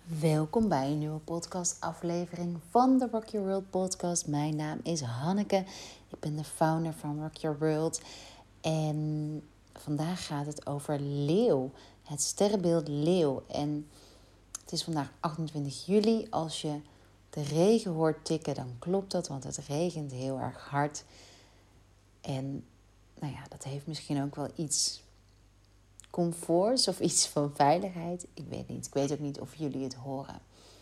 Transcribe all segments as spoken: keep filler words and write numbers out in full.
Welkom bij een nieuwe podcastaflevering van de Rock Your World podcast. Mijn naam is Hanneke. Ik ben de founder van Rock Your World. En vandaag gaat het over leeuw. Het sterrenbeeld leeuw. En het is vandaag achtentwintig juli. Als je de regen hoort tikken, dan klopt dat. Want het regent heel erg hard. En nou ja, dat heeft misschien ook wel iets comforts of iets van veiligheid. Ik weet niet. Ik weet ook niet of jullie het horen.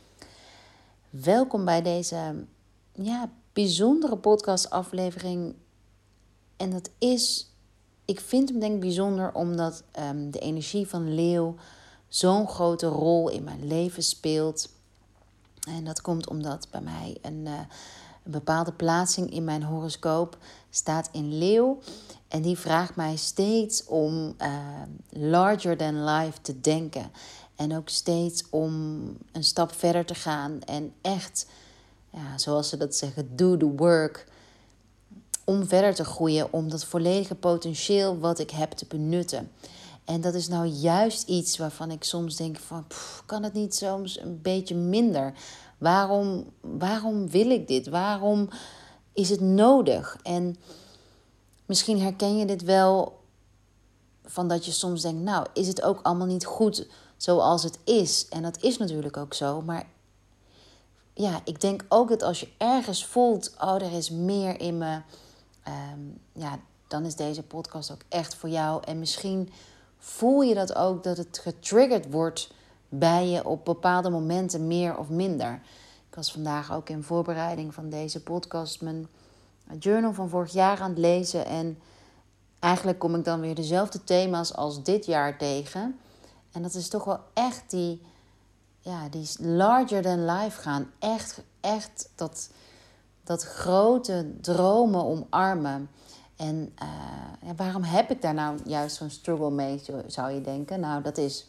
Welkom bij deze ja, bijzondere podcastaflevering. En dat is, ik vind hem denk ik bijzonder omdat um, de energie van leeuw zo'n grote rol in mijn leven speelt. En dat komt omdat bij mij een, uh, een bepaalde plaatsing in mijn horoscoop staat in leeuw. En die vraagt mij steeds om uh, larger than life te denken. En ook steeds om een stap verder te gaan. En echt, ja, zoals ze dat zeggen, do the work. Om verder te groeien, om dat volledige potentieel wat ik heb te benutten. En dat is nou juist iets waarvan ik soms denk van, pff, kan het niet soms een beetje minder? Waarom, waarom wil ik dit? Waarom is het nodig? En misschien herken je dit wel van dat je soms denkt, nou, is het ook allemaal niet goed zoals het is? En dat is natuurlijk ook zo, maar ja, ik denk ook dat als je ergens voelt, oh, er is meer in me, um, ja, dan is deze podcast ook echt voor jou. En misschien voel je dat ook, dat het getriggerd wordt bij je op bepaalde momenten meer of minder. Ik was vandaag ook in voorbereiding van deze podcast mijn journal van vorig jaar aan het lezen. En eigenlijk kom ik dan weer dezelfde thema's als dit jaar tegen. En dat is toch wel echt die, ja, die larger than life gaan. Echt, echt dat, dat grote dromen omarmen. En uh, ja, waarom heb ik daar nou juist zo'n struggle mee, zou je denken? Nou, dat is...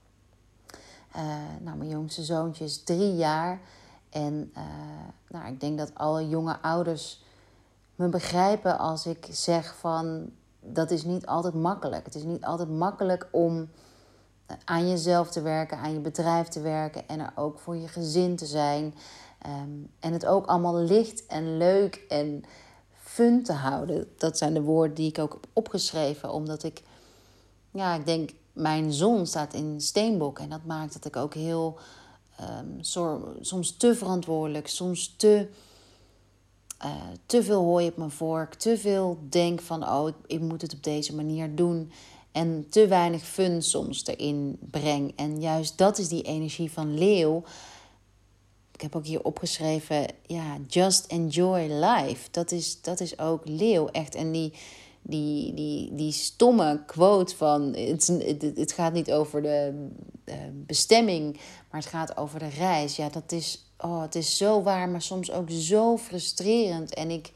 Uh, nou, mijn jongste zoontje is drie jaar. En uh, nou, ik denk dat alle jonge ouders me begrijpen als ik zeg van, dat is niet altijd makkelijk. Het is niet altijd makkelijk om aan jezelf te werken, aan je bedrijf te werken en er ook voor je gezin te zijn. Um, en het ook allemaal licht en leuk en fun te houden. Dat zijn de woorden die ik ook heb opgeschreven, omdat ik, ja, ik denk, mijn zon staat in Steenbok en dat maakt dat ik ook heel, um, soms te verantwoordelijk, soms te... Uh, te veel hooi op mijn vork, te veel denk van, oh, ik, ik moet het op deze manier doen. En te weinig fun soms erin breng. En juist dat is die energie van leeuw. Ik heb ook hier opgeschreven, ja, just enjoy life. Dat is, dat is ook leeuw, echt. En die, die, die, die stomme quote van, het, het, het gaat niet over de uh, bestemming, maar het gaat over de reis. Ja, dat is... Oh, het is zo waar, maar soms ook zo frustrerend. En ik,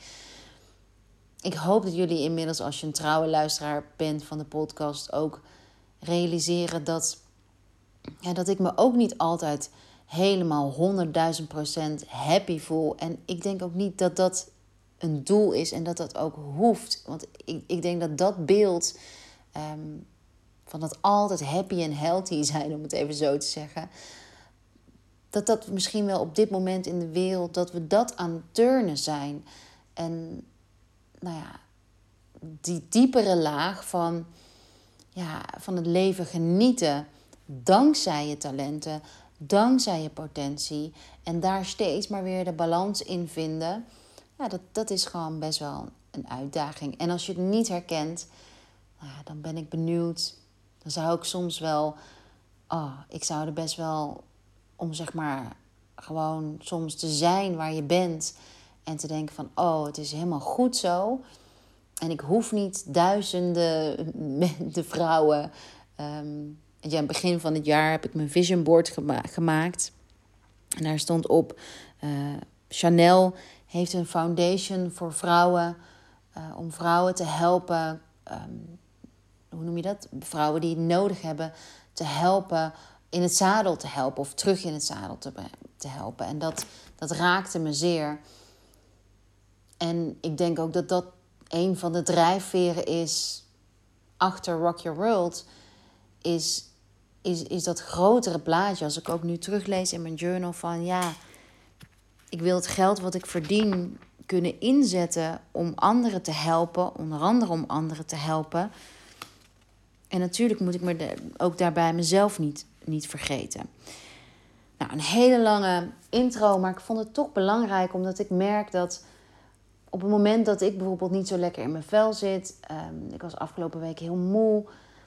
ik hoop dat jullie inmiddels, als je een trouwe luisteraar bent van de podcast, ook realiseren dat, ja, dat ik me ook niet altijd helemaal honderdduizend procent happy voel. En ik denk ook niet dat dat een doel is en dat dat ook hoeft. Want ik, ik denk dat dat beeld um, van dat altijd happy en healthy zijn, om het even zo te zeggen, dat dat misschien wel op dit moment in de wereld, dat we dat aan het turnen zijn. En nou ja, die diepere laag van, ja, van het leven genieten, dankzij je talenten, dankzij je potentie. En daar steeds maar weer de balans in vinden. Ja, dat, dat is gewoon best wel een uitdaging. En als je het niet herkent, nou ja, dan ben ik benieuwd. Dan zou ik soms wel, oh, ik zou er best wel, om zeg maar gewoon soms te zijn waar je bent en te denken van, oh, het is helemaal goed zo. En ik hoef niet duizenden de vrouwen. Um, ja, aan het begin van het jaar heb ik mijn vision board gema- gemaakt. En daar stond op, uh, Chanel heeft een foundation voor vrouwen, uh, om vrouwen te helpen. Um, hoe noem je dat? Vrouwen die het nodig hebben te helpen, in het zadel te helpen of terug in het zadel te, te helpen. En dat, dat raakte me zeer. En ik denk ook dat dat een van de drijfveren is achter Rock Your World, is is, is dat grotere plaatje. Als ik ook nu teruglees in mijn journal van ja, ik wil het geld wat ik verdien kunnen inzetten om anderen te helpen. Onder andere om anderen te helpen. En natuurlijk moet ik me de, ook daarbij mezelf niet, niet vergeten. Nou, een hele lange intro, maar ik vond het toch belangrijk omdat ik merk dat op het moment dat ik bijvoorbeeld niet zo lekker in mijn vel zit, um, ik was afgelopen week heel moe,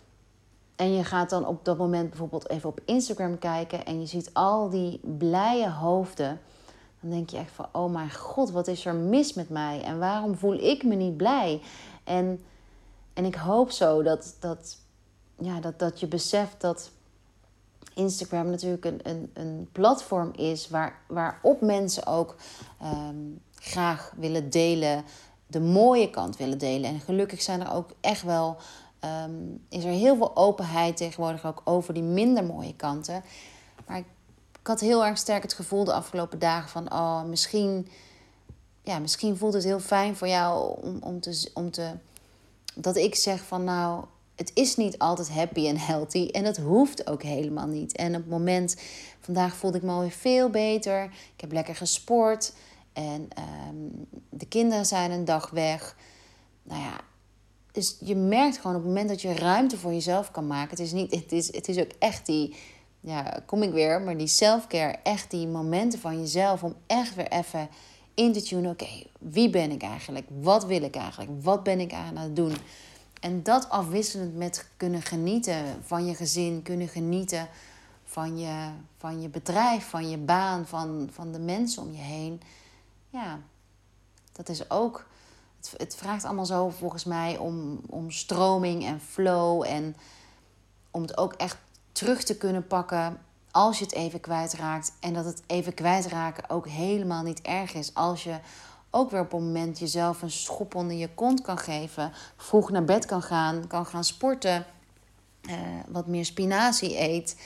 en je gaat dan op dat moment bijvoorbeeld even op Instagram kijken en je ziet al die blije hoofden, dan denk je echt van, oh mijn god, wat is er mis met mij? En waarom voel ik me niet blij? En, en ik hoop zo dat, dat, ja, dat, dat je beseft dat Instagram natuurlijk een, een, een platform is waar, waarop mensen ook um, graag willen delen, de mooie kant willen delen. En gelukkig zijn er ook echt wel, um, is er heel veel openheid tegenwoordig ook over die minder mooie kanten. Maar ik, ik had heel erg sterk het gevoel de afgelopen dagen van, oh, misschien, ja, misschien voelt het heel fijn voor jou om, om, te, om te, dat ik zeg van nou, het is niet altijd happy en healthy. En dat hoeft ook helemaal niet. En op het moment, vandaag voelde ik me alweer veel beter. Ik heb lekker gesport. En um, de kinderen zijn een dag weg. Nou ja, dus je merkt gewoon op het moment dat je ruimte voor jezelf kan maken. Het is, niet, het is, het is ook echt die, ja, kom ik weer, maar die self-care. Echt die momenten van jezelf om echt weer even in te tunen. Oké, okay, wie ben ik eigenlijk? Wat wil ik eigenlijk? Wat ben ik aan het doen? En dat afwisselend met kunnen genieten van je gezin, kunnen genieten van je, van je bedrijf, van je baan, van, van de mensen om je heen. Ja, dat is ook, het, het vraagt allemaal zo volgens mij om, om stroming en flow. En om het ook echt terug te kunnen pakken als je het even kwijtraakt. En dat het even kwijtraken ook helemaal niet erg is als je ook weer op een moment jezelf een schop onder je kont kan geven. Vroeg naar bed kan gaan, kan gaan sporten. Uh, wat meer spinazie eet.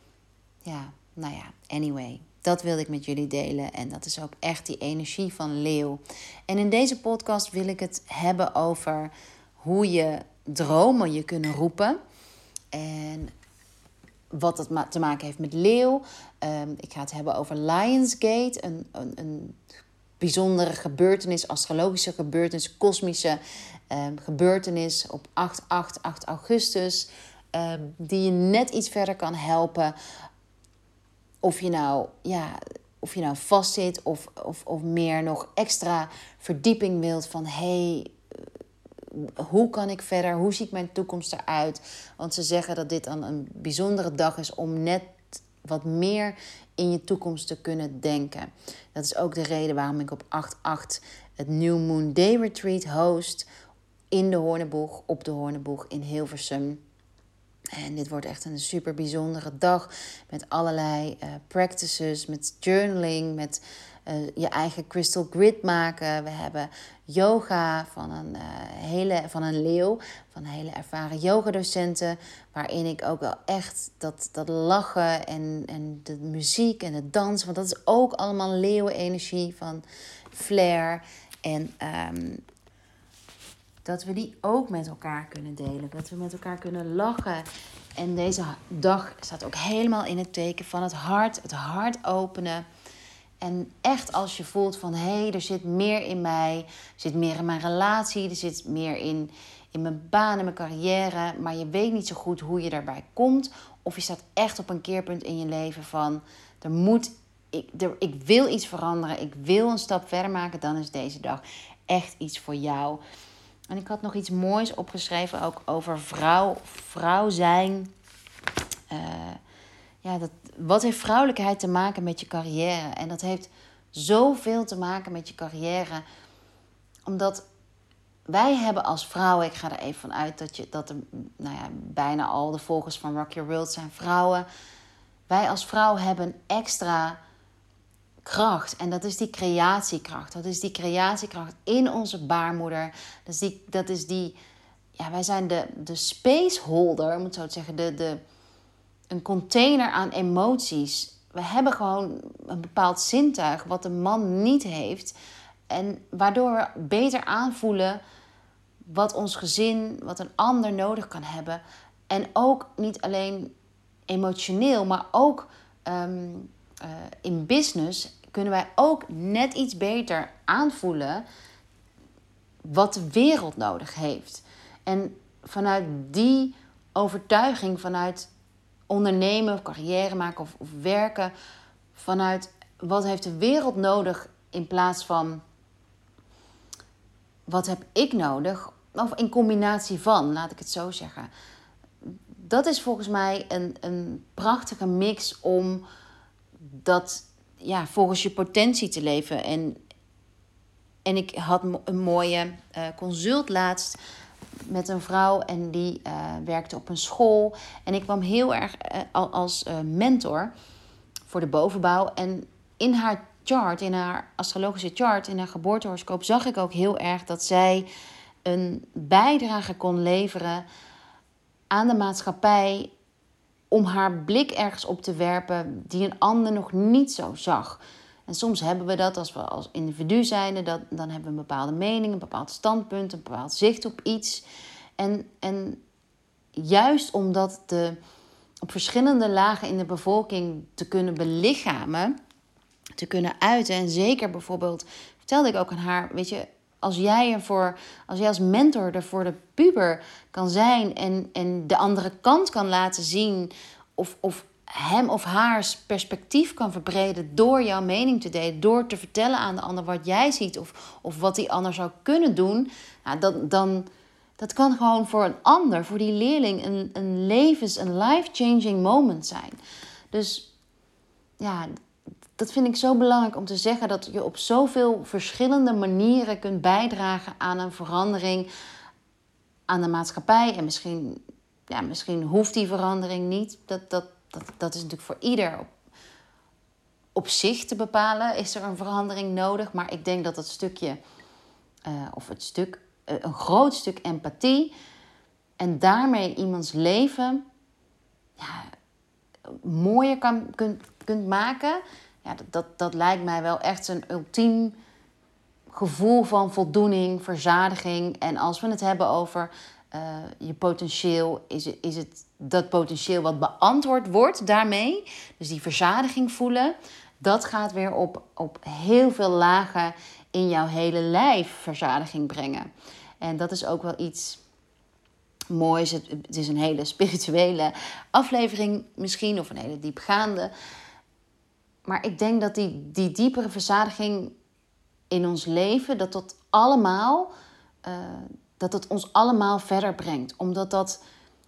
Ja, nou ja, anyway. Dat wilde ik met jullie delen. En dat is ook echt die energie van leeuw. En in deze podcast wil ik het hebben over hoe je dromen je kunnen roepen. En wat dat te maken heeft met leeuw. Um, ik ga het hebben over Lionsgate. Een... een, een bijzondere gebeurtenis, astrologische gebeurtenis, kosmische uh, gebeurtenis op acht augustus. Uh, die je net iets verder kan helpen. Of je nou, ja, of je nou vastzit of, of, of meer nog extra verdieping wilt van hey, hoe kan ik verder? Hoe ziet mijn toekomst eruit? Want ze zeggen dat dit dan een bijzondere dag is om net wat meer in je toekomst te kunnen denken. Dat is ook de reden waarom ik op acht acht het New Moon Day Retreat host in de Hoorneboeg, op de Hoorneboeg in Hilversum. En dit wordt echt een super bijzondere dag met allerlei uh, practices, met journaling, met uh, je eigen crystal grid maken. We hebben yoga van een, uh, hele, van een leeuw, van een hele ervaren yogadocenten, waarin ik ook wel echt dat, dat lachen en, en de muziek en het dansen, want dat is ook allemaal leeuwenenergie van flair. En um, dat we die ook met elkaar kunnen delen. Dat we met elkaar kunnen lachen. En deze dag staat ook helemaal in het teken van het hart. Het hart openen. En echt als je voelt van hé, hey, er zit meer in mij. Er zit meer in mijn relatie. Er zit meer in, in mijn baan en mijn carrière. Maar je weet niet zo goed hoe je daarbij komt. Of je staat echt op een keerpunt in je leven van er moet, ik, er, ik wil iets veranderen. Ik wil een stap verder maken. Dan is deze dag echt iets voor jou. En ik had nog iets moois opgeschreven ook over vrouw, vrouw zijn. Uh, ja, dat, wat heeft vrouwelijkheid te maken met je carrière? En dat heeft zoveel te maken met je carrière. Omdat wij hebben als vrouwen, ik ga er even van uit dat, je, dat er nou ja, bijna al de volgers van Rock Your World zijn vrouwen. Wij als vrouw hebben extra kracht. En dat is die creatiekracht. Dat is die creatiekracht in onze baarmoeder. Dat is die, dat is die ja, wij zijn de, de spaceholder, om het zo te zeggen. De, de, een container aan emoties. We hebben gewoon een bepaald zintuig wat de man niet heeft. En waardoor we beter aanvoelen wat ons gezin, wat een ander nodig kan hebben. En ook niet alleen emotioneel, maar ook um, uh, in business kunnen wij ook net iets beter aanvoelen wat de wereld nodig heeft. En vanuit die overtuiging, vanuit ondernemen of carrière maken of, of werken, vanuit wat heeft de wereld nodig in plaats van wat heb ik nodig, of in combinatie van, laat ik het zo zeggen. Dat is volgens mij een, een prachtige mix om dat ja, volgens je potentie te leven. En, en ik had een mooie uh, consult laatst met een vrouw en die uh, werkte op een school. En ik kwam heel erg uh, als uh, mentor voor de bovenbouw. En in haar chart, in haar astrologische chart, in haar geboortehoroscoop, zag ik ook heel erg dat zij een bijdrage kon leveren aan de maatschappij om haar blik ergens op te werpen die een ander nog niet zo zag. En soms hebben we dat als we als individu zijn, dat, dan hebben we een bepaalde mening, een bepaald standpunt, een bepaald zicht op iets. En, en juist omdat de, op verschillende lagen in de bevolking te kunnen belichamen, te kunnen uiten. En zeker bijvoorbeeld, vertelde ik ook aan haar, weet je, als jij ervoor, als jij als mentor er voor de puber kan zijn en, en de andere kant kan laten zien, of, of hem of haar perspectief kan verbreden door jouw mening te delen, door te vertellen aan de ander wat jij ziet of, of wat die ander zou kunnen doen, nou, dan, dan dat kan gewoon voor een ander, voor die leerling, een, een levens, een life-changing moment zijn. Dus ja, dat vind ik zo belangrijk om te zeggen, dat je op zoveel verschillende manieren kunt bijdragen aan een verandering aan de maatschappij. En misschien, ja, misschien hoeft die verandering niet. Dat, dat, dat, dat is natuurlijk voor ieder op, op zich te bepalen. Is er een verandering nodig? Maar ik denk dat het stukje, uh, of het stuk, uh, een groot stuk empathie en daarmee iemands leven ja, mooier kan, kunt, kunt maken. Ja, dat, dat, dat lijkt mij wel echt een ultiem gevoel van voldoening, verzadiging. En als we het hebben over uh, je potentieel, is het, is het dat potentieel wat beantwoord wordt daarmee. Dus die verzadiging voelen, dat gaat weer op, op heel veel lagen in jouw hele lijf verzadiging brengen. En dat is ook wel iets moois. Het, het is een hele spirituele aflevering misschien, of een hele diepgaande. Maar ik denk dat die, die diepere verzadiging in ons leven, dat dat allemaal, uh, dat het ons allemaal verder brengt. Omdat dat,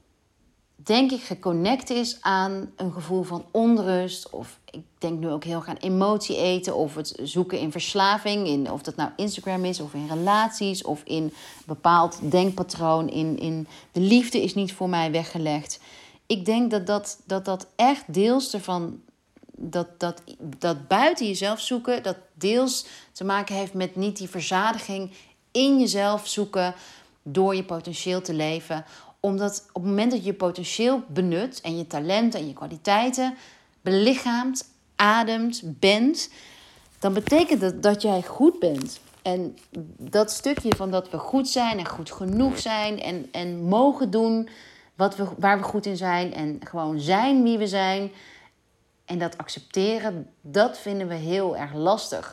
denk ik, geconnect is aan een gevoel van onrust. Of ik denk nu ook heel erg aan emotie eten. Of het zoeken in verslaving. In, of dat nou Instagram is, of in relaties. Of in een bepaald denkpatroon. In, in de liefde is niet voor mij weggelegd. Ik denk dat dat, dat, dat echt deels ervan, Dat, dat, dat buiten jezelf zoeken, dat deels te maken heeft met niet die verzadiging in jezelf zoeken door je potentieel te leven. Omdat op het moment dat je je potentieel benut en je talenten en je kwaliteiten belichaamt, ademt, bent, dan betekent dat dat jij goed bent. En dat stukje van dat we goed zijn en goed genoeg zijn en, en mogen doen wat we, waar we goed in zijn en gewoon zijn wie we zijn. En dat accepteren, dat vinden we heel erg lastig.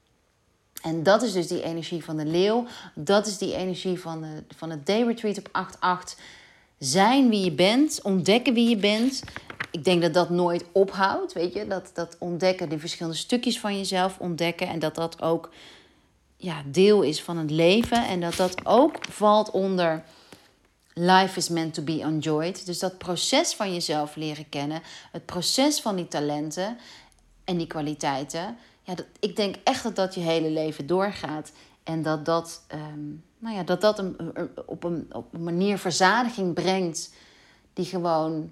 En dat is dus die energie van de leeuw. Dat is die energie van, de, van het day retreat op acht acht. Zijn wie je bent, ontdekken wie je bent. Ik denk dat dat nooit ophoudt, weet je. Dat, dat ontdekken, de verschillende stukjes van jezelf ontdekken. En dat dat ook ja, deel is van het leven. En dat dat ook valt onder life is meant to be enjoyed. Dus dat proces van jezelf leren kennen. Het proces van die talenten en die kwaliteiten. Ja, dat, ik denk echt dat dat je hele leven doorgaat. En dat dat, um, nou ja, dat, dat een, een, op, een, op een manier verzadiging brengt. Die gewoon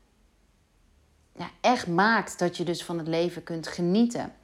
ja, echt maakt dat je dus van het leven kunt genieten.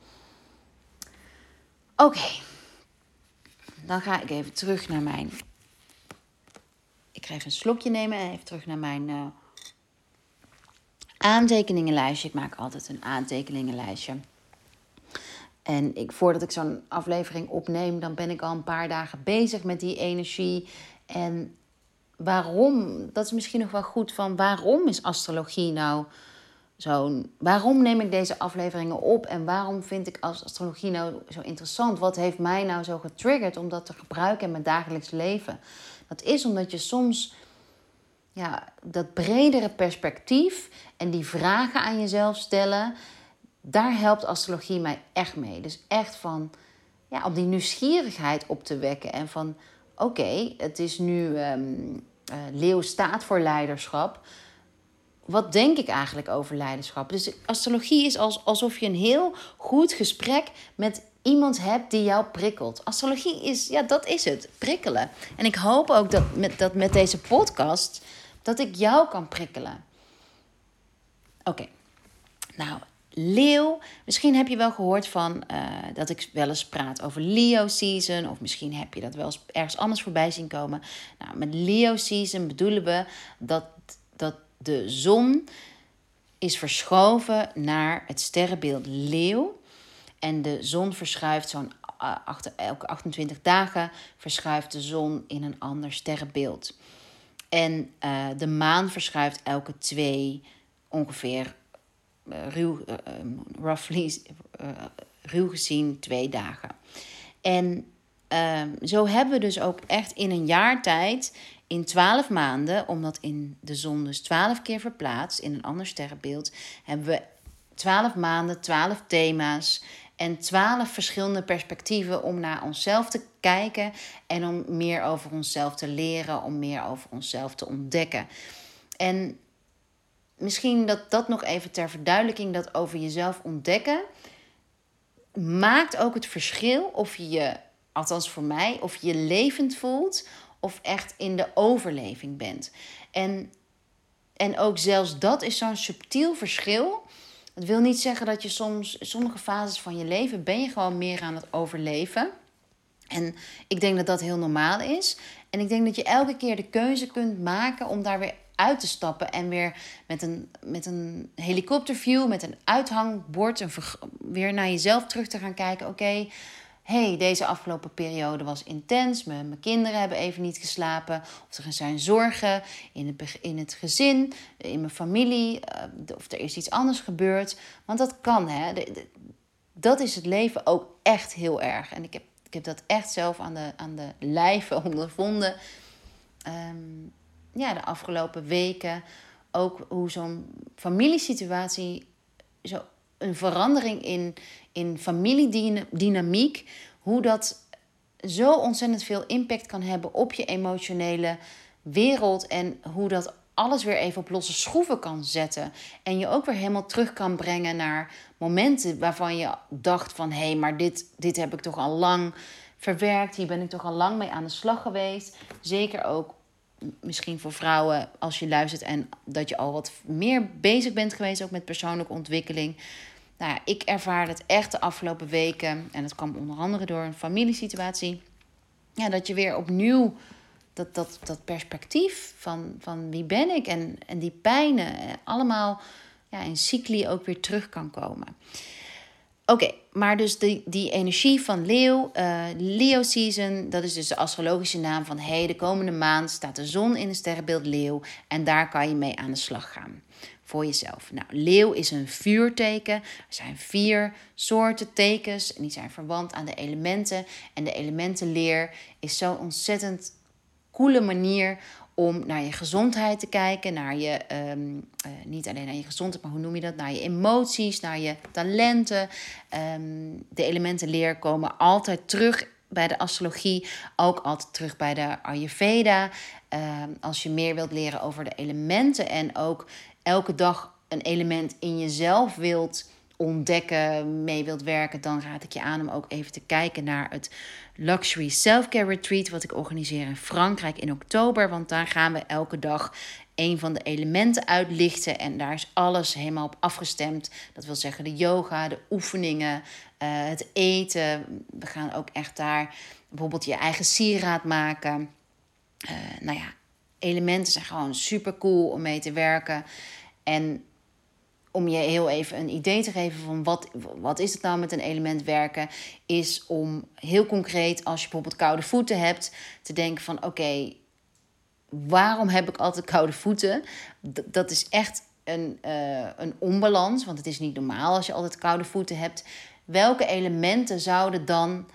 Oké. Okay. Dan ga ik even terug naar mijn... Ik ga even een slokje nemen en even terug naar mijn uh, aantekeningenlijstje. Ik maak altijd een aantekeningenlijstje. En ik, voordat ik zo'n aflevering opneem, dan ben ik al een paar dagen bezig met die energie. En waarom, dat is misschien nog wel goed van, waarom is astrologie nou zo'n... Waarom neem ik deze afleveringen op? En waarom vind ik als astrologie nou zo interessant? Wat heeft mij nou zo getriggerd om dat te gebruiken in mijn dagelijks leven? Dat is omdat je soms... Ja, dat bredere perspectief en die vragen aan jezelf stellen... Daar helpt astrologie mij echt mee. Dus echt van... Ja, om die nieuwsgierigheid op te wekken. En van... Oké, okay, het is nu... Um, uh, Leeuw staat voor leiderschap... Wat denk ik eigenlijk over leiderschap? Dus astrologie is als, alsof je een heel goed gesprek met iemand hebt die jou prikkelt. Astrologie is, ja, dat is het, prikkelen. En ik hoop ook dat met, dat met deze podcast, dat ik jou kan prikkelen. Oké, okay. Nou, Leeuw. Misschien heb je wel gehoord van uh, dat ik wel eens praat over Leo season. Of misschien heb je dat wel eens ergens anders voorbij zien komen. Nou, met Leo season bedoelen we dat... dat de zon is verschoven naar het sterrenbeeld Leeuw. En de zon verschuift zo'n uh, achter, elke achtentwintig dagen... verschuift de zon in een ander sterrenbeeld. En uh, de maan verschuift elke twee ongeveer... Uh, ruw, uh, roughly, uh, ruw gezien twee dagen. En uh, zo hebben we dus ook echt in een jaar tijd... In twaalf maanden, omdat in de zon dus twaalf keer verplaatst in een ander sterrenbeeld, hebben we twaalf maanden, twaalf thema's en twaalf verschillende perspectieven om naar onszelf te kijken en om meer over onszelf te leren, om meer over onszelf te ontdekken. En misschien dat dat nog even ter verduidelijking, dat over jezelf ontdekken maakt ook het verschil of je je, althans voor mij, of je je levend voelt of echt in de overleving bent. En, en ook zelfs dat is zo'n subtiel verschil. Het wil niet zeggen dat je soms... sommige fases van je leven ben je gewoon meer aan het overleven. En ik denk dat dat heel normaal is. En ik denk dat je elke keer de keuze kunt maken om daar weer uit te stappen. En weer met een, met een helikopterview, met een uithangbord... En weer naar jezelf terug te gaan kijken. Oké, okay, hey, deze afgelopen periode was intens. Mijn, mijn kinderen hebben even niet geslapen. Of er zijn zorgen in het, in het gezin, in mijn familie. Uh, of er is iets anders gebeurd. Want dat kan, hè. De, de, dat is het leven ook echt heel erg. En ik heb, ik heb dat echt zelf aan de, aan de lijve ondervonden. Um, ja, de afgelopen weken. Ook hoe zo'n familiesituatie... zo een verandering in, in familiedynamiek, hoe dat zo ontzettend veel impact kan hebben op je emotionele wereld en hoe dat alles weer even op losse schroeven kan zetten. En je ook weer helemaal terug kan brengen naar momenten waarvan je dacht van hé, hey, maar dit, dit heb ik toch al lang verwerkt, hier ben ik toch al lang mee aan de slag geweest. Zeker ook misschien voor vrouwen als je luistert en dat je al wat meer bezig bent geweest ook met persoonlijke ontwikkeling. Nou ja, ik ervaar het echt de afgelopen weken. En dat kwam onder andere door een familiesituatie. Ja, dat je weer opnieuw dat, dat, dat perspectief van, van wie ben ik en, en die pijnen allemaal ja, in cycli ook weer terug kan komen. Oké, okay, maar dus die, die energie van Leeuw, uh, Leo season, dat is dus de astrologische naam van hey, de komende maand staat de zon in het sterrenbeeld Leeuw en daar kan je mee aan de slag gaan voor jezelf. Nou, Leeuw is een vuurteken. Er zijn vier soorten tekens en die zijn verwant aan de elementen. En de elementenleer is zo'n ontzettend coole manier om naar je gezondheid te kijken, naar je, um, uh, niet alleen naar je gezondheid, maar hoe noem je dat? Naar je emoties, naar je talenten. Um, de elementenleer komen altijd terug bij de astrologie, ook altijd terug bij de Ayurveda. Um, als je meer wilt leren over de elementen en ook elke dag een element in jezelf wilt ontdekken, mee wilt werken, dan raad ik je aan om ook even te kijken naar het Luxury Self-Care Retreat, wat ik organiseer in Frankrijk in oktober. Want daar gaan we elke dag een van de elementen uitlichten. En daar is alles helemaal op afgestemd. Dat wil zeggen de yoga, de oefeningen, uh, het eten. We gaan ook echt daar bijvoorbeeld je eigen sieraad maken. Uh, nou ja, elementen zijn gewoon super cool om mee te werken. En om je heel even een idee te geven van wat, wat is het nou met een element werken, is om heel concreet, als je bijvoorbeeld koude voeten hebt, te denken van oké, okay, waarom heb ik altijd koude voeten? D- dat is echt een, uh, een onbalans, want het is niet normaal als je altijd koude voeten hebt. Welke elementen zouden dan,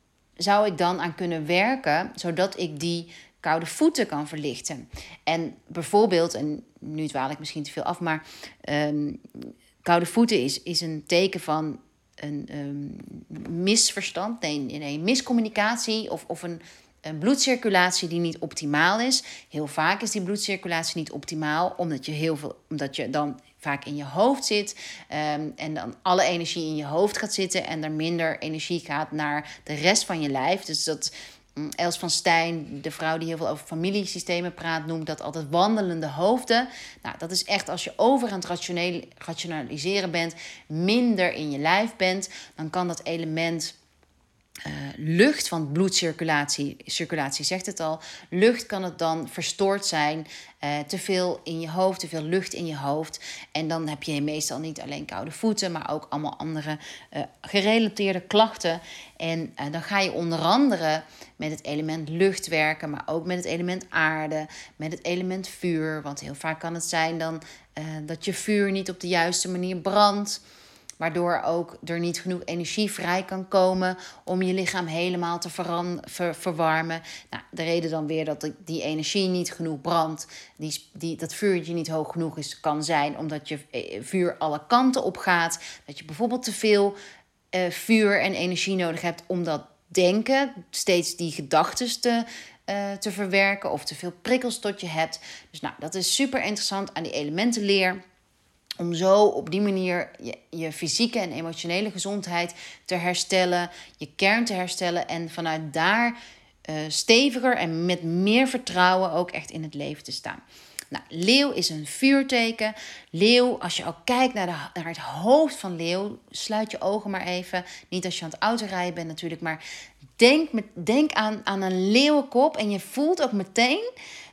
zou ik dan aan kunnen werken, zodat ik die koude voeten kan verlichten? En bijvoorbeeld, en nu dwaal ik misschien te veel af, maar um, koude voeten is, is een teken van een um, misverstand, nee, nee, miscommunicatie of, of een, een bloedcirculatie die niet optimaal is. Heel vaak is die bloedcirculatie niet optimaal, omdat je, heel veel, omdat je dan vaak in je hoofd zit um, en dan alle energie in je hoofd gaat zitten en er minder energie gaat naar de rest van je lijf. Dus dat Els van Stijn, de vrouw die heel veel over familiesystemen praat, noemt dat altijd wandelende hoofden. Nou, dat is echt als je over aan het rationaliseren bent, minder in je lijf bent, dan kan dat element uh, lucht, van bloedcirculatie, circulatie zegt het al, lucht kan het dan verstoord zijn, uh, te veel in je hoofd, te veel lucht in je hoofd. En dan heb je meestal niet alleen koude voeten, maar ook allemaal andere uh, gerelateerde klachten. En uh, dan ga je onder andere met het element lucht werken, maar ook met het element aarde, met het element vuur. Want heel vaak kan het zijn dan uh, dat je vuur niet op de juiste manier brandt, waardoor ook er niet genoeg energie vrij kan komen om je lichaam helemaal te veran- ver- verwarmen. Nou, de reden dan weer dat die energie niet genoeg brandt, die, die, dat vuurtje niet hoog genoeg is, kan zijn omdat je vuur alle kanten op gaat. Dat je bijvoorbeeld te veel uh, vuur en energie nodig hebt om dat denken, steeds die gedachten te, uh, te verwerken of te veel prikkels tot je hebt. Dus nou, dat is super interessant aan die elementenleer, om zo op die manier je, je fysieke en emotionele gezondheid te herstellen, je kern te herstellen en vanuit daar uh, steviger en met meer vertrouwen ook echt in het leven te staan. Nou, leeuw is een vuurteken. Leeuw, als je al kijkt naar, de, naar het hoofd van leeuw, sluit je ogen maar even. Niet als je aan het autorijden bent natuurlijk, maar denk, met, denk aan, aan een leeuwenkop en je voelt ook meteen,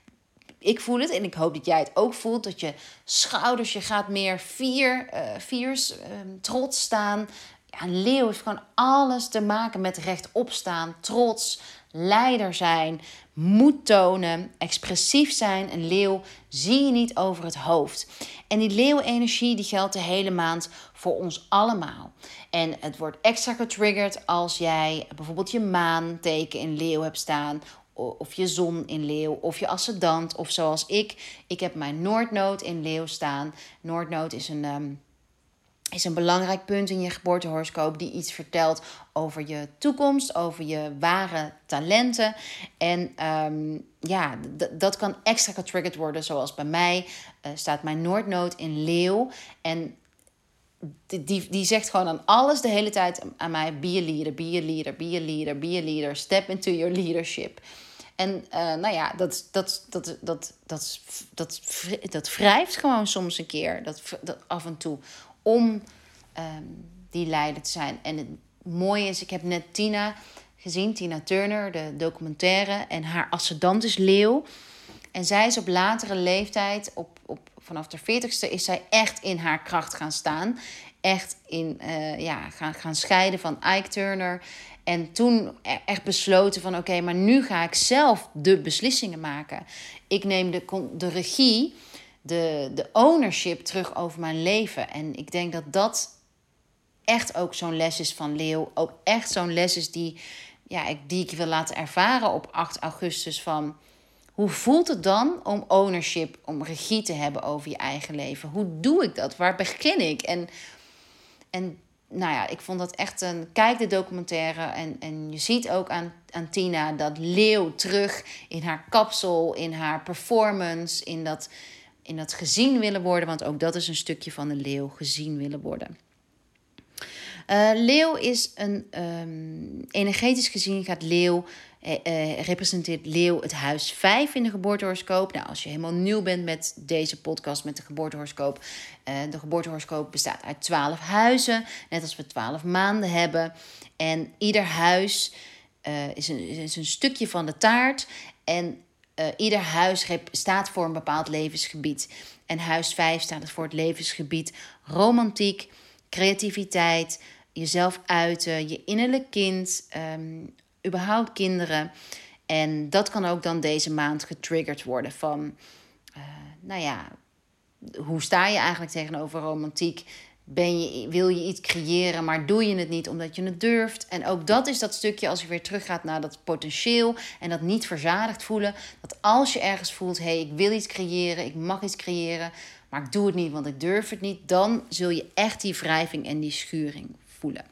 ik voel het en ik hoop dat jij het ook voelt, dat je schouders, je gaat meer vier, uh, viers, uh, trots staan. Ja, een leeuw heeft gewoon alles te maken met rechtop staan, trots, leider zijn, moed tonen, expressief zijn. Een leeuw zie je niet over het hoofd. En die leeuwenergie die geldt de hele maand voor ons allemaal. En het wordt extra getriggerd als jij bijvoorbeeld je maanteken in leeuw hebt staan, of je zon in leeuw, of je ascendant, of zoals ik. Ik heb mijn Noordnood in leeuw staan. Noordnood is een, um, is een belangrijk punt in je geboortehoroscoop die iets vertelt over je toekomst, over je ware talenten. En um, ja, d- dat kan extra getriggerd worden, zoals bij mij uh, staat mijn Noordnood in leeuw. En Die, die, die zegt gewoon aan alles de hele tijd aan mij, be a leader, be a leader, be a leader, be a leader, step into your leadership. En uh, nou ja, dat, dat, dat, dat, dat, dat, dat wrijft gewoon soms een keer, dat, dat af en toe, om um, die leider te zijn. En het mooie is, ik heb net Tina gezien, Tina Turner, de documentaire, en haar ascendant is leeuw. En zij is op latere leeftijd, op, op, vanaf de veertigste, is zij echt in haar kracht gaan staan. Echt in, uh, ja, gaan, gaan scheiden van Ike Turner. En toen echt besloten van oké, okay, maar nu ga ik zelf de beslissingen maken. Ik neem de, de regie, de, de ownership terug over mijn leven. En ik denk dat dat echt ook zo'n les is van Leeuw. Ook echt zo'n les is die, ja, die ik wil laten ervaren op acht augustus van, hoe voelt het dan om ownership, om regie te hebben over je eigen leven? Hoe doe ik dat? Waar begin ik? En, en nou ja, ik vond dat echt een... Kijk de documentaire en, en je ziet ook aan, aan Tina dat leeuw terug in haar kapsel, in haar performance, in dat, in dat gezien willen worden. Want ook dat is een stukje van de leeuw, gezien willen worden. Uh, leeuw is een, um, energetisch gezien gaat leeuw, uh, uh, representeert leeuw het huis vijf in de geboortehoroscoop. Nou, als je helemaal nieuw bent met deze podcast, met de geboortehoroscoop. Uh, de geboortehoroscoop bestaat uit twaalf huizen, net als we twaalf maanden hebben. En ieder huis uh, is, een, is een stukje van de taart. En uh, ieder huis staat voor een bepaald levensgebied. En huis vijf staat voor het levensgebied romantiek, creativiteit, jezelf uiten, je innerlijk kind, um, überhaupt kinderen. En dat kan ook dan deze maand getriggerd worden van, uh, nou ja, hoe sta je eigenlijk tegenover romantiek? Ben je, wil je iets creëren, maar doe je het niet omdat je het durft? En ook dat is dat stukje, als je weer teruggaat naar dat potentieel en dat niet verzadigd voelen. Dat als je ergens voelt, hé, hey, ik wil iets creëren, ik mag iets creëren, maar ik doe het niet, want ik durf het niet. Dan zul je echt die wrijving en die schuring voelen.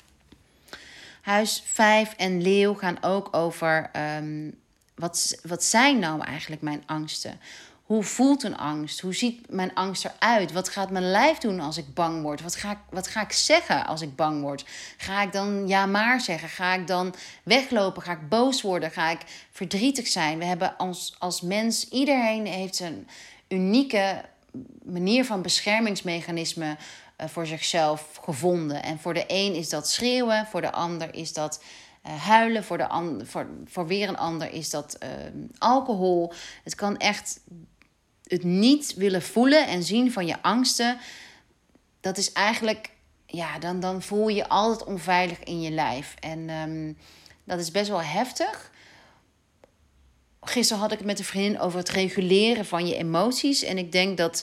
Huis vijf en leeuw gaan ook over, um, wat, wat zijn nou eigenlijk mijn angsten? Hoe voelt een angst? Hoe ziet mijn angst eruit? Wat gaat mijn lijf doen als ik bang word? Wat ga ik, wat ga ik zeggen als ik bang word? Ga ik dan ja maar zeggen? Ga ik dan weglopen? Ga ik boos worden? Ga ik verdrietig zijn? We hebben als, als mens, iedereen heeft zijn unieke manier van beschermingsmechanisme uh, voor zichzelf gevonden. En voor de een is dat schreeuwen, voor de ander is dat uh, huilen, voor, de an- voor, voor weer een ander is dat uh, alcohol. Het kan echt het niet willen voelen en zien van je angsten. Dat is eigenlijk, ja, dan, dan voel je je altijd onveilig in je lijf. En um, dat is best wel heftig. Gisteren had ik het met een vriendin over het reguleren van je emoties. En ik denk dat,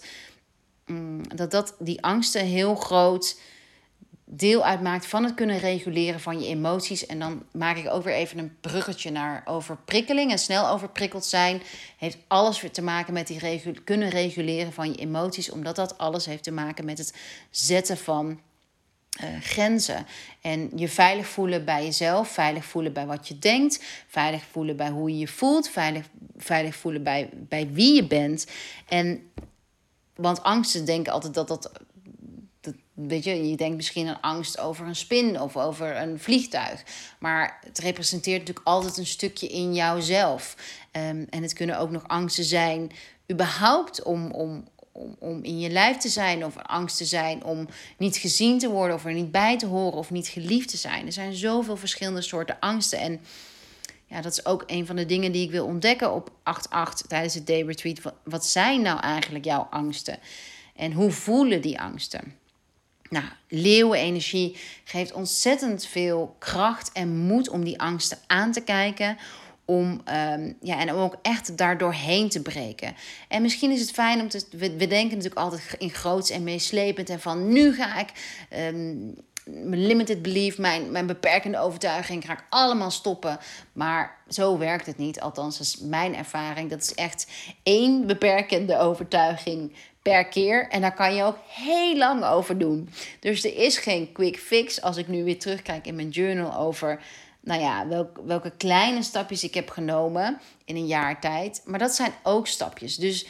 um, dat, dat die angsten heel groot deel uitmaakt van het kunnen reguleren van je emoties. En dan maak ik ook weer even een bruggetje naar overprikkeling. En snel overprikkeld zijn heeft alles weer te maken met die regu- kunnen reguleren van je emoties. Omdat dat alles heeft te maken met het zetten van Uh, grenzen. En je veilig voelen bij jezelf, veilig voelen bij wat je denkt, veilig voelen bij hoe je je voelt, veilig, veilig voelen bij, bij wie je bent. En want angsten denken altijd dat dat, dat weet je, je denkt misschien aan angst over een spin of over een vliegtuig. Maar het representeert natuurlijk altijd een stukje in jouzelf. Um, en het kunnen ook nog angsten zijn, überhaupt om, om Om, om in je lijf te zijn, of angst te zijn om niet gezien te worden, of er niet bij te horen, of niet geliefd te zijn. Er zijn zoveel verschillende soorten angsten. En ja, dat is ook een van de dingen die ik wil ontdekken op acht acht tijdens het Day Retreat. Wat, wat zijn nou eigenlijk jouw angsten? En hoe voelen die angsten? Nou, leeuwenenergie geeft ontzettend veel kracht en moed om die angsten aan te kijken. Om, um, ja, en om ook echt daardoorheen te breken. En misschien is het fijn om te... We, we denken natuurlijk altijd in groots en meeslepend. En van nu ga ik um, mijn limited belief, mijn, mijn beperkende overtuiging, ga ik allemaal stoppen. Maar zo werkt het niet. Althans, dat is mijn ervaring. Dat is echt één beperkende overtuiging per keer. En daar kan je ook heel lang over doen. Dus er is geen quick fix. Als ik nu weer terugkijk in mijn journal over, nou ja, welke, welke kleine stapjes ik heb genomen in een jaar tijd. Maar dat zijn ook stapjes. Dus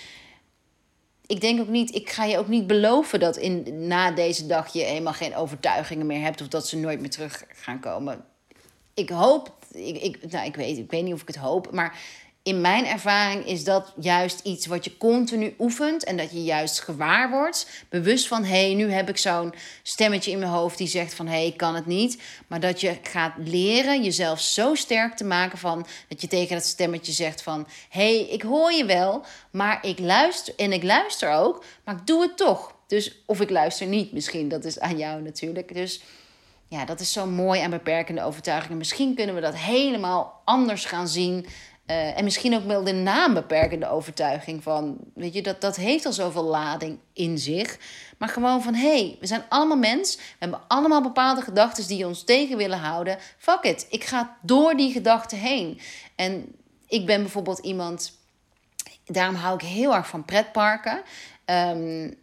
ik denk ook niet, ik ga je ook niet beloven dat in, na deze dag je helemaal geen overtuigingen meer hebt of dat ze nooit meer terug gaan komen. Ik hoop, ik, ik, nou, ik, weet, ik weet niet of ik het hoop, maar in mijn ervaring is dat juist iets wat je continu oefent en dat je juist gewaar wordt. Bewust van, hé, hey, nu heb ik zo'n stemmetje in mijn hoofd die zegt van, hé, hey, ik kan het niet. Maar dat je gaat leren jezelf zo sterk te maken van, dat je tegen dat stemmetje zegt van, hé, hey, ik hoor je wel, maar ik luister en ik luister ook, maar ik doe het toch. Dus, of ik luister niet misschien, dat is aan jou natuurlijk. Dus ja, dat is zo mooi aan beperkende overtuigingen. Misschien kunnen we dat helemaal anders gaan zien. Uh, en misschien ook wel de naam beperkende overtuiging van, weet je, dat, dat heeft al zoveel lading in zich. Maar gewoon van, hé, hey, we zijn allemaal mens. We hebben allemaal bepaalde gedachten die ons tegen willen houden. Fuck it, ik ga door die gedachten heen. En ik ben bijvoorbeeld iemand, daarom hou ik heel erg van pretparken. Um,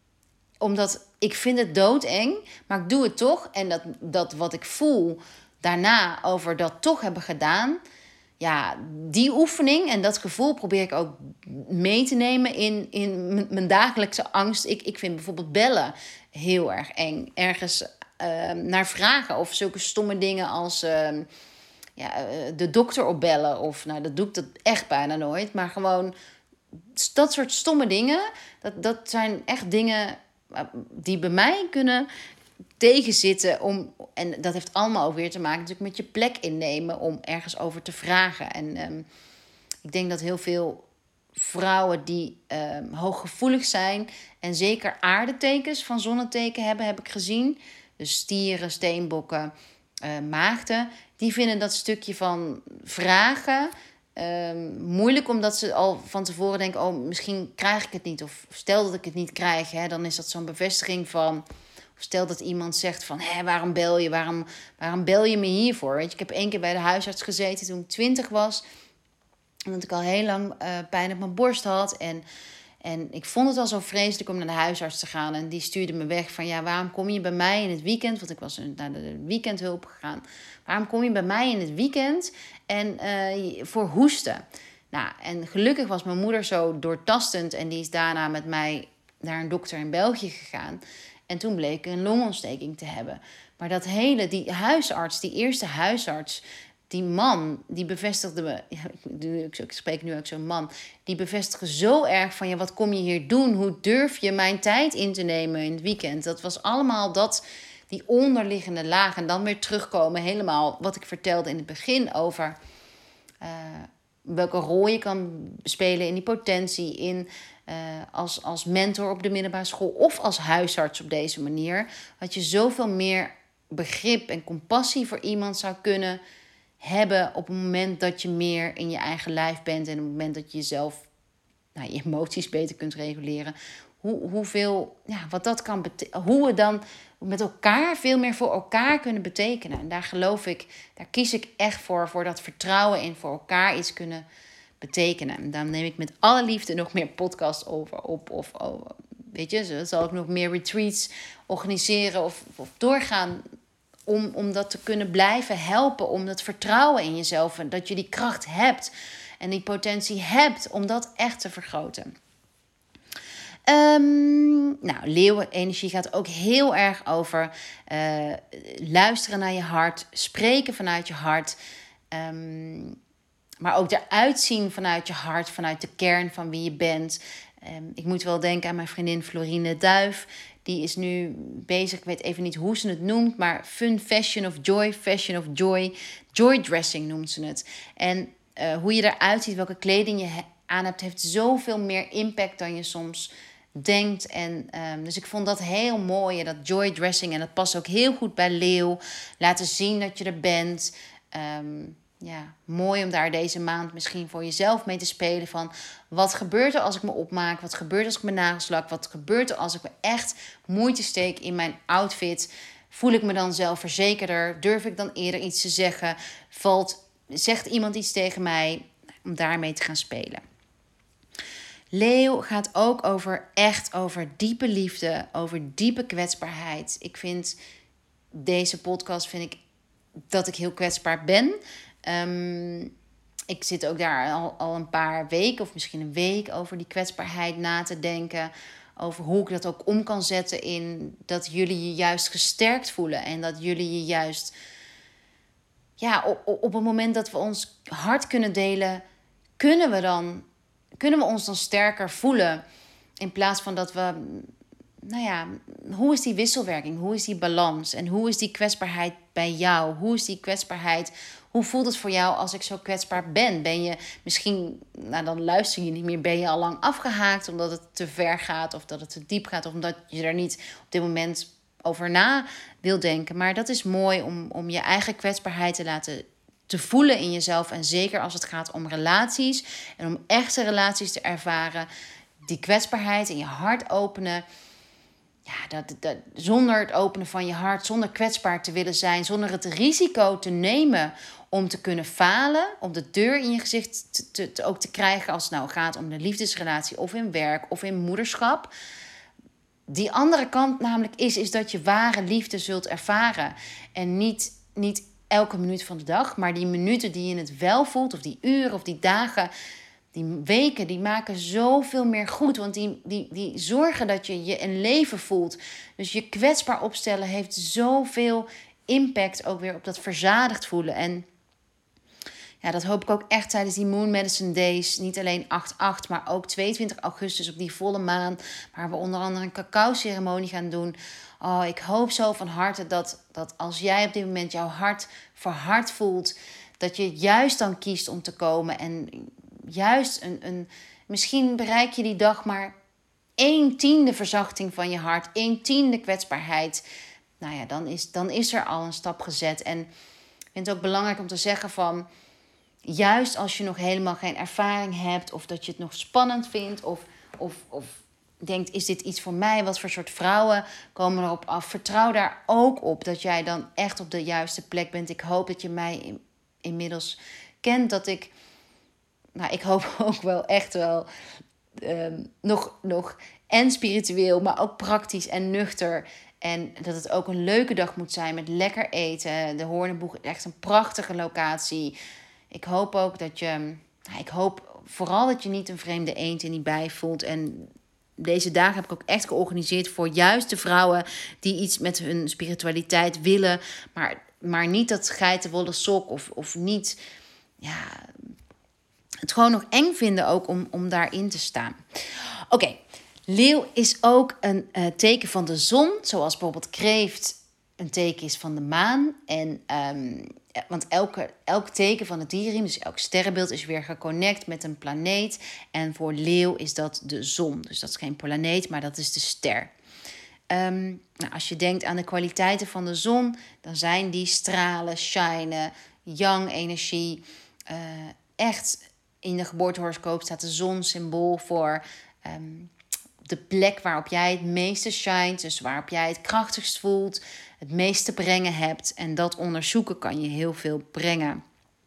omdat ik vind het doodeng, maar ik doe het toch. En dat, dat wat ik voel daarna over dat toch hebben gedaan, ja, die oefening en dat gevoel probeer ik ook mee te nemen in, in m- mijn dagelijkse angst. Ik, ik vind bijvoorbeeld bellen heel erg eng. Ergens uh, naar vragen of zulke stomme dingen als uh, ja, uh, de dokter opbellen. Of nou, dat doe ik dat echt bijna nooit. Maar gewoon dat soort stomme dingen, dat, dat zijn echt dingen die bij mij kunnen tegenzitten om, en dat heeft allemaal ook weer te maken natuurlijk met je plek innemen om ergens over te vragen. En um, ik denk dat heel veel vrouwen die um, hooggevoelig zijn en zeker aardetekens van zonneteken hebben, heb ik gezien. Dus stieren, steenbokken, uh, maagden, die vinden dat stukje van vragen Um, moeilijk omdat ze al van tevoren denken... oh, misschien krijg ik het niet. Of stel dat ik het niet krijg, hè, dan is dat zo'n bevestiging van... of stel dat iemand zegt van... hé, waarom bel je? Waarom, waarom bel je me hiervoor? Weet je, ik heb één keer bij de huisarts gezeten toen ik twintig was... omdat ik al heel lang uh, pijn op mijn borst had... en En ik vond het al zo vreselijk om naar de huisarts te gaan. En die stuurde me weg van... ja, waarom kom je bij mij in het weekend? Want ik was naar de weekendhulp gegaan. Waarom kom je bij mij in het weekend en uh, voor hoesten? Nou, en gelukkig was mijn moeder zo doortastend... en die is daarna met mij naar een dokter in België gegaan. En toen bleek ik een longontsteking te hebben. Maar dat hele, die huisarts, die eerste huisarts... die man, die bevestigde me... Ja, ik spreek nu ook zo'n man... die bevestigde zo erg van... ja, wat kom je hier doen? Hoe durf je mijn tijd in te nemen in het weekend? Dat was allemaal dat, die onderliggende laag. En dan weer terugkomen helemaal... wat ik vertelde in het begin over... Uh, welke rol je kan spelen in die potentie... in uh, als, als mentor op de middelbare school... of als huisarts op deze manier. Dat je zoveel meer begrip en compassie voor iemand zou kunnen... hebben op het moment dat je meer in je eigen lijf bent... en op het moment dat je jezelf, nou, je emoties beter kunt reguleren... Hoe, hoeveel, ja, wat dat kan betekenen... hoe we dan met elkaar veel meer voor elkaar kunnen betekenen. En daar geloof ik, daar kies ik echt voor... voor dat vertrouwen in voor elkaar iets kunnen betekenen. En daar neem ik met alle liefde nog meer podcasts over op... of over, weet je, zo zal ik nog meer retreats organiseren of, of doorgaan... Om, om dat te kunnen blijven helpen. Om dat vertrouwen in jezelf. En dat je die kracht hebt. En die potentie hebt. Om dat echt te vergroten. Um, nou, leeuwenenergie gaat ook heel erg over. Uh, luisteren naar je hart. Spreken vanuit je hart. Um, maar ook eruit zien vanuit je hart. Vanuit de kern van wie je bent. Um, ik moet wel denken aan mijn vriendin Florine Duif. Die is nu bezig, ik weet even niet hoe ze het noemt... maar fun fashion of joy, fashion of joy. Joy dressing noemt ze het. En uh, hoe je eruit ziet, welke kleding je aan hebt... heeft zoveel meer impact dan je soms denkt. En, um, dus ik vond dat heel mooi, dat joy dressing. En dat past ook heel goed bij Leeuw. Laten zien dat je er bent... Um, Ja, mooi om daar deze maand misschien voor jezelf mee te spelen van... wat gebeurt er als ik me opmaak? Wat gebeurt er als ik mijn nagels lak? Wat gebeurt er als ik me echt moeite steek in mijn outfit? Voel ik me dan zelfverzekerder? Durf ik dan eerder iets te zeggen? Valt, zegt iemand iets tegen mij? Om daarmee te gaan spelen. Leeuw gaat ook over echt over diepe liefde, over diepe kwetsbaarheid. Ik vind deze podcast, vind ik dat ik heel kwetsbaar ben... Um, ik zit ook daar al, al een paar weken of misschien een week over die kwetsbaarheid na te denken. Over hoe ik dat ook om kan zetten in dat jullie je juist gesterkt voelen. En dat jullie je juist, ja, op, op het moment dat we ons hart kunnen delen, kunnen we, dan, kunnen we ons dan sterker voelen. In plaats van dat we, nou ja, hoe is die wisselwerking? Hoe is die balans? En hoe is die kwetsbaarheid bij jou? Hoe is die kwetsbaarheid? Hoe voelt het voor jou als ik zo kwetsbaar ben? Ben je misschien, nou dan luister je niet meer... ben je al lang afgehaakt omdat het te ver gaat... of dat het te diep gaat... of omdat je er niet op dit moment over na wil denken. Maar dat is mooi om, om je eigen kwetsbaarheid te laten te voelen in jezelf. En zeker als het gaat om relaties... en om echte relaties te ervaren... die kwetsbaarheid in je hart openen... Ja, dat, dat, zonder het openen van je hart, zonder kwetsbaar te willen zijn... zonder het risico te nemen om te kunnen falen... om de deur in je gezicht te, te, te, ook te krijgen... als het nou gaat om de liefdesrelatie of in werk of in moederschap. Die andere kant namelijk is, is dat je ware liefde zult ervaren. En niet, niet elke minuut van de dag, maar die minuten die je het wel voelt... of die uren of die dagen... Die weken, die maken zoveel meer goed. Want die, die, die zorgen dat je je een leven voelt. Dus je kwetsbaar opstellen heeft zoveel impact ook weer op dat verzadigd voelen. En ja, dat hoop ik ook echt tijdens die Moon Medicine Days. Niet alleen acht acht, maar ook tweeëntwintig augustus op die volle maan. Waar we onder andere een cacao-ceremonie gaan doen. Oh, ik hoop zo van harte dat, dat als jij op dit moment jouw hart verhard voelt... dat je juist dan kiest om te komen en... Juist een, een... Misschien bereik je die dag maar een tiende verzachting van je hart. Een tiende kwetsbaarheid. Nou ja, dan is, dan is er al een stap gezet. En ik vind het ook belangrijk om te zeggen van... juist als je nog helemaal geen ervaring hebt, of dat je het nog spannend vindt, of, of, of denkt, is dit iets voor mij? Wat voor soort vrouwen komen erop af? Vertrouw daar ook op dat jij dan echt op de juiste plek bent. Ik hoop dat je mij in, inmiddels kent, dat ik, nou, ik hoop ook wel echt wel um, nog, nog en spiritueel, maar ook praktisch en nuchter. En dat het ook een leuke dag moet zijn met lekker eten. De Hoornenboeg is echt een prachtige locatie. Ik hoop ook dat je, ik hoop vooral dat je niet een vreemde eend in die bij voelt. En deze dagen heb ik ook echt georganiseerd voor juist de vrouwen die iets met hun spiritualiteit willen, maar, maar niet dat geitenwolle sok of, of niet, ja, het gewoon nog eng vinden ook om, om daarin te staan. Oké, okay. Leeuw is ook een uh, teken van de zon, zoals bijvoorbeeld kreeft een teken is van de maan. En, um, want elke, elk teken van het dierenriem, dus elk sterrenbeeld, is weer geconnect met een planeet. En voor leeuw is dat de zon. Dus dat is geen planeet, maar dat is de ster. Um, nou, als je denkt aan de kwaliteiten van de zon, dan zijn die stralen, shinen, yang energie. Uh, echt, in de geboortehoroscoop staat de zon symbool voor Um, de plek waarop jij het meeste shine, dus waarop jij het krachtigst voelt, het meeste brengen hebt. En dat onderzoeken kan je heel veel brengen.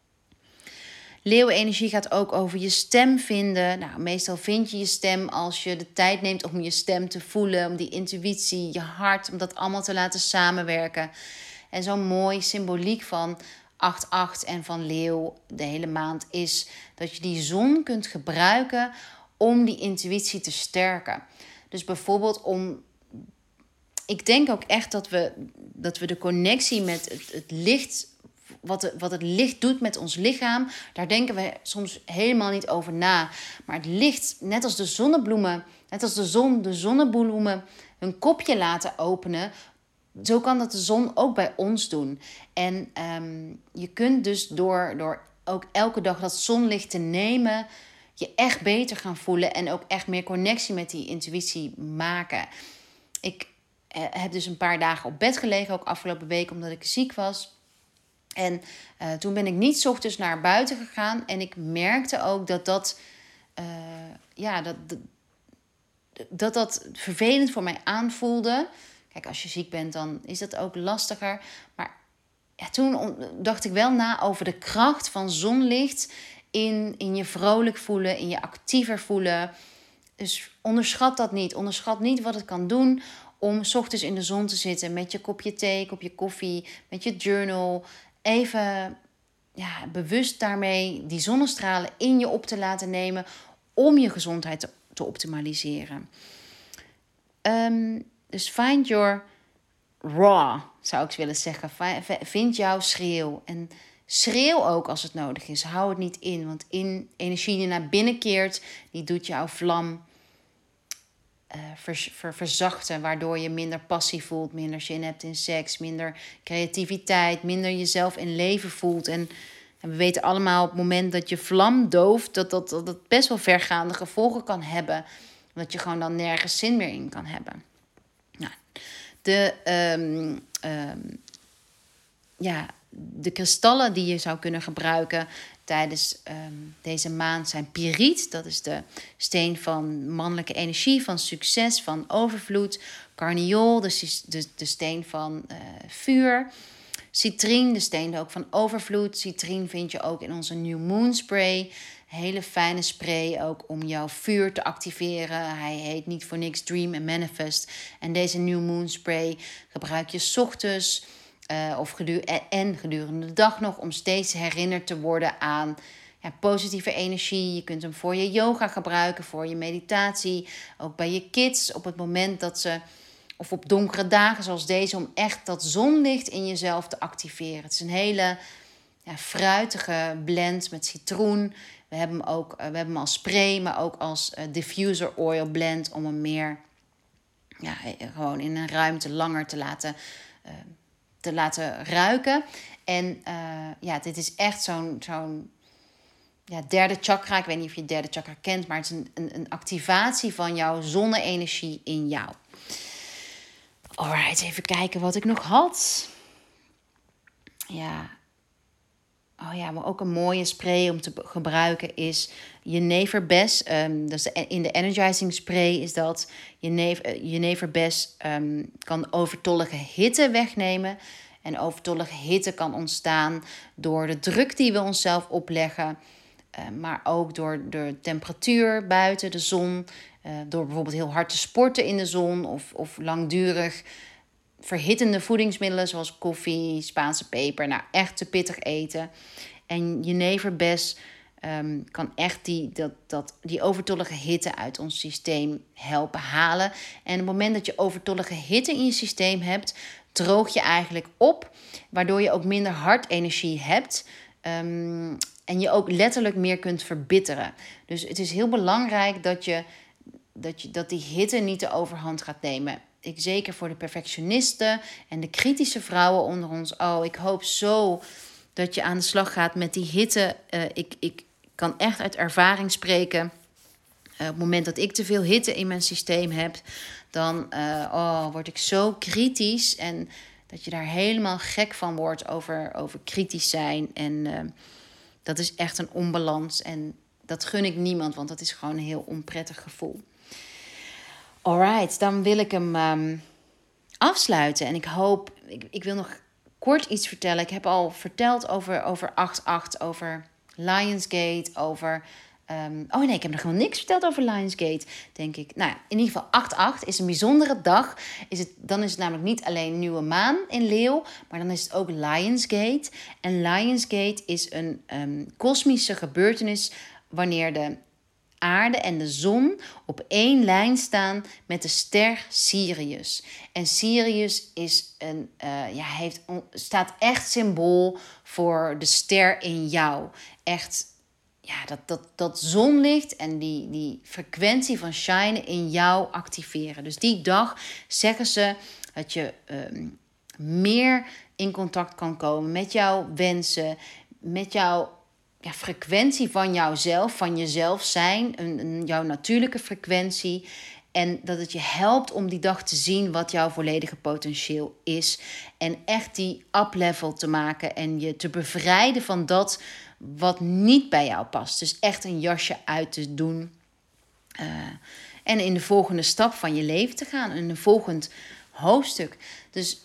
Leeuwenenergie gaat ook over je stem vinden. Nou, meestal vind je je stem als je de tijd neemt om je stem te voelen, om die intuïtie, je hart, om dat allemaal te laten samenwerken. En zo'n mooi symboliek van acht acht en van leeuw de hele maand is dat je die zon kunt gebruiken om die intuïtie te sterken. Dus bijvoorbeeld om, ik denk ook echt dat we, dat we de connectie met het, het licht, wat, de, wat het licht doet met ons lichaam, daar denken we soms helemaal niet over na. Maar het licht, net als de zonnebloemen, net als de zon, de zonnebloemen hun kopje laten openen, zo kan dat de zon ook bij ons doen. En um, je kunt dus door, door ook elke dag dat zonlicht te nemen, je echt beter gaan voelen en ook echt meer connectie met die intuïtie maken. Ik eh, heb dus een paar dagen op bed gelegen, ook afgelopen week, omdat ik ziek was. En uh, toen ben ik niet 's ochtends naar buiten gegaan. En ik merkte ook dat dat, uh, ja, dat, dat, dat dat vervelend voor mij aanvoelde. Kijk, als je ziek bent, dan is dat ook lastiger. Maar ja, toen dacht ik wel na over de kracht van zonlicht in, in je vrolijk voelen, in je actiever voelen. Dus onderschat dat niet. Onderschat niet wat het kan doen om 's ochtends in de zon te zitten met je kopje thee, kopje koffie, met je journal. Even ja, bewust daarmee die zonnestralen in je op te laten nemen om je gezondheid te, te optimaliseren. Um, dus find your raw, zou ik willen zeggen. Vind jouw schreeuw. En schreeuw ook als het nodig is. Hou het niet in. Want in energie die naar binnen keert, die doet jouw vlam uh, ver, ver, verzachten. Waardoor je minder passie voelt, minder zin hebt in seks, minder creativiteit, minder jezelf in leven voelt. En, en we weten allemaal op het moment dat je vlam dooft, dat dat, dat dat best wel vergaande gevolgen kan hebben. Dat je gewoon dan nergens zin meer in kan hebben. Nou, de, um, um, ja, de kristallen die je zou kunnen gebruiken tijdens um, deze maand zijn pyriet. Dat is de steen van mannelijke energie, van succes, van overvloed. Carniol, dus de, de steen van uh, vuur. Citrine, de steen ook van overvloed. Citrine vind je ook in onze New Moon Spray. Hele fijne spray ook om jouw vuur te activeren. Hij heet niet voor niks Dream and Manifest. En deze New Moon Spray gebruik je 's ochtends uh, of gedur- en gedurende de dag nog om steeds herinnerd te worden aan ja, positieve energie. Je kunt hem voor je yoga gebruiken, voor je meditatie. Ook bij je kids op het moment dat ze, of op donkere dagen zoals deze, om echt dat zonlicht in jezelf te activeren. Het is een hele ja, fruitige blend met citroen. We hebben hem ook, uh, we hebben hem als spray, maar ook als uh, diffuser oil blend om hem meer ja, gewoon in een ruimte langer te laten, uh, te laten ruiken. En uh, ja, dit is echt zo'n, zo'n ja, derde chakra. Ik weet niet of je het derde chakra kent, maar het is een, een, een activatie van jouw zonne-energie in jou. Alright, even kijken wat ik nog had. Ja. oh ja, maar ook een mooie spray om te be- gebruiken is jeneverbes. Um, dus de, in de energizing spray is dat. Jenever, jeneverbes um, kan overtollige hitte wegnemen. En overtollige hitte kan ontstaan door de druk die we onszelf opleggen. Uh, maar ook door de temperatuur buiten, de zon. Uh, door bijvoorbeeld heel hard te sporten in de zon. Of, of langdurig verhittende voedingsmiddelen zoals koffie, Spaanse peper. Nou, echt te pittig eten. En jeneverbes um, kan echt die, dat, dat, die overtollige hitte uit ons systeem helpen halen. En op het moment dat je overtollige hitte in je systeem hebt, droog je eigenlijk op. Waardoor je ook minder hartenergie hebt. Um, en je ook letterlijk meer kunt verbitteren. Dus het is heel belangrijk dat je, dat je dat die hitte niet de overhand gaat nemen. Ik, zeker voor de perfectionisten en de kritische vrouwen onder ons. Oh, ik hoop zo dat je aan de slag gaat met die hitte. Uh, ik, ik kan echt uit ervaring spreken. Uh, op het moment dat ik te veel hitte in mijn systeem heb, dan uh, oh, word ik zo kritisch. En dat je daar helemaal gek van wordt over, over kritisch zijn. En uh, dat is echt een onbalans. En dat gun ik niemand, want dat is gewoon een heel onprettig gevoel. Alright, dan wil ik hem um, afsluiten. En ik hoop, ik, ik wil nog kort iets vertellen. Ik heb al verteld over, over acht acht, over Lionsgate, over... Um, oh nee, ik heb nog helemaal niks verteld over Lionsgate, denk ik. Nou, in ieder geval acht acht is een bijzondere dag. Is het, dan is het namelijk niet alleen nieuwe maan in Leeuw, maar dan is het ook Lionsgate. En Lionsgate is een um, kosmische gebeurtenis wanneer de aarde en de zon op één lijn staan met de ster Sirius. En Sirius is een, uh, ja, heeft, staat echt symbool voor de ster in jou. Echt, ja, dat, dat, dat zonlicht en die, die frequentie van shine in jou activeren. Dus die dag zeggen ze dat je um, meer in contact kan komen met jouw wensen, met jouw ja, frequentie van jouzelf, van jezelf zijn, een, een, jouw natuurlijke frequentie. En dat het je helpt om die dag te zien wat jouw volledige potentieel is. En echt die up-level te maken en je te bevrijden van dat wat niet bij jou past. Dus echt een jasje uit te doen. Uh, en in de volgende stap van je leven te gaan. In een volgend hoofdstuk. Dus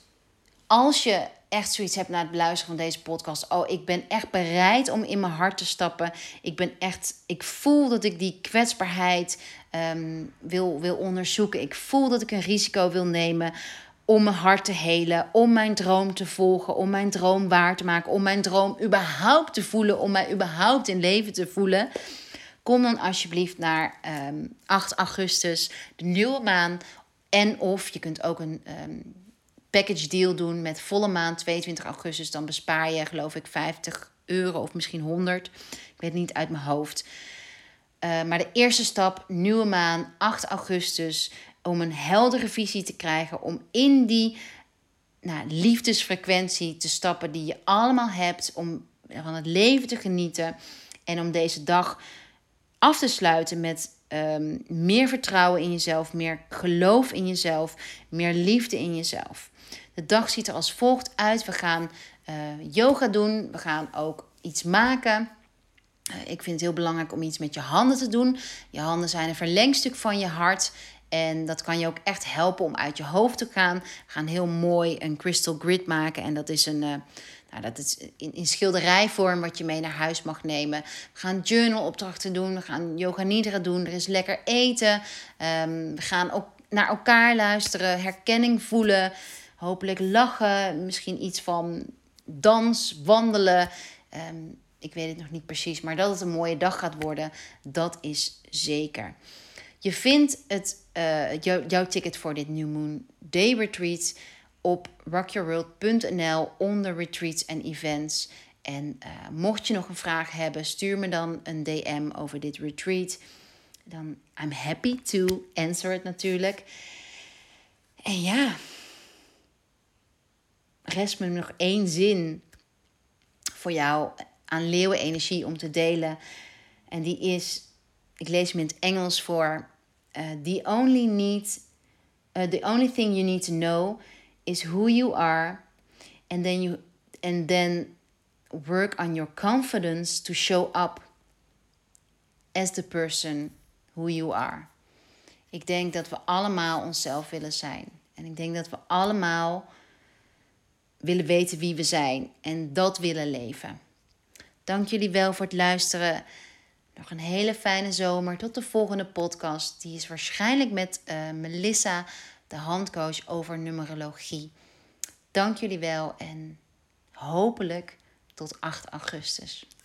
als je echt zoiets hebt na het beluisteren van deze podcast. Oh, ik ben echt bereid om in mijn hart te stappen. Ik ben echt, ik voel dat ik die kwetsbaarheid um, wil, wil onderzoeken. Ik voel dat ik een risico wil nemen om mijn hart te helen, om mijn droom te volgen, om mijn droom waar te maken, om mijn droom überhaupt te voelen, om mij überhaupt in leven te voelen. Kom dan alsjeblieft naar um, acht augustus, de nieuwe maan. En of je kunt ook een um, package deal doen met volle maan tweeëntwintig augustus. Dan bespaar je geloof ik vijftig euro of misschien honderd. Ik weet het niet uit mijn hoofd. Uh, maar de eerste stap, nieuwe maan, acht augustus... om een heldere visie te krijgen, om in die nou, liefdesfrequentie te stappen die je allemaal hebt, om van het leven te genieten en om deze dag af te sluiten met um, meer vertrouwen in jezelf, meer geloof in jezelf, meer liefde in jezelf. De dag ziet er als volgt uit. We gaan uh, yoga doen, we gaan ook iets maken. Uh, ik vind het heel belangrijk om iets met je handen te doen. Je handen zijn een verlengstuk van je hart. En dat kan je ook echt helpen om uit je hoofd te gaan. We gaan heel mooi een crystal grid maken. En dat is een uh, nou, dat is in, in schilderijvorm wat je mee naar huis mag nemen. We gaan journalopdrachten doen. We gaan yoga nidra doen. Er is lekker eten. Um, we gaan ook naar elkaar luisteren. Herkenning voelen. Hopelijk lachen. Misschien iets van dans, wandelen. Um, ik weet het nog niet precies. Maar dat het een mooie dag gaat worden, dat is zeker. Je vindt het, uh, jou, jouw ticket voor dit New Moon Day Retreat op rock your world punt n l onder retreats en events. En uh, mocht je nog een vraag hebben, stuur me dan een D M over dit retreat. Dan I'm happy to answer it natuurlijk. En ja, rest me nog één zin voor jou aan leeuwenenergie om te delen. En die is, ik lees hem in het Engels voor. Uh, the only need, uh, the only thing you need to know is who you are, and then you, and then work on your confidence to show up as the person who you are. Ik denk dat we allemaal onszelf willen zijn. En ik denk dat we allemaal willen weten wie we zijn. En dat willen leven. Dank jullie wel voor het luisteren. Nog een hele fijne zomer. Tot de volgende podcast. Die is waarschijnlijk met uh, Melissa, de handcoach over numerologie. Dank jullie wel en hopelijk tot acht augustus.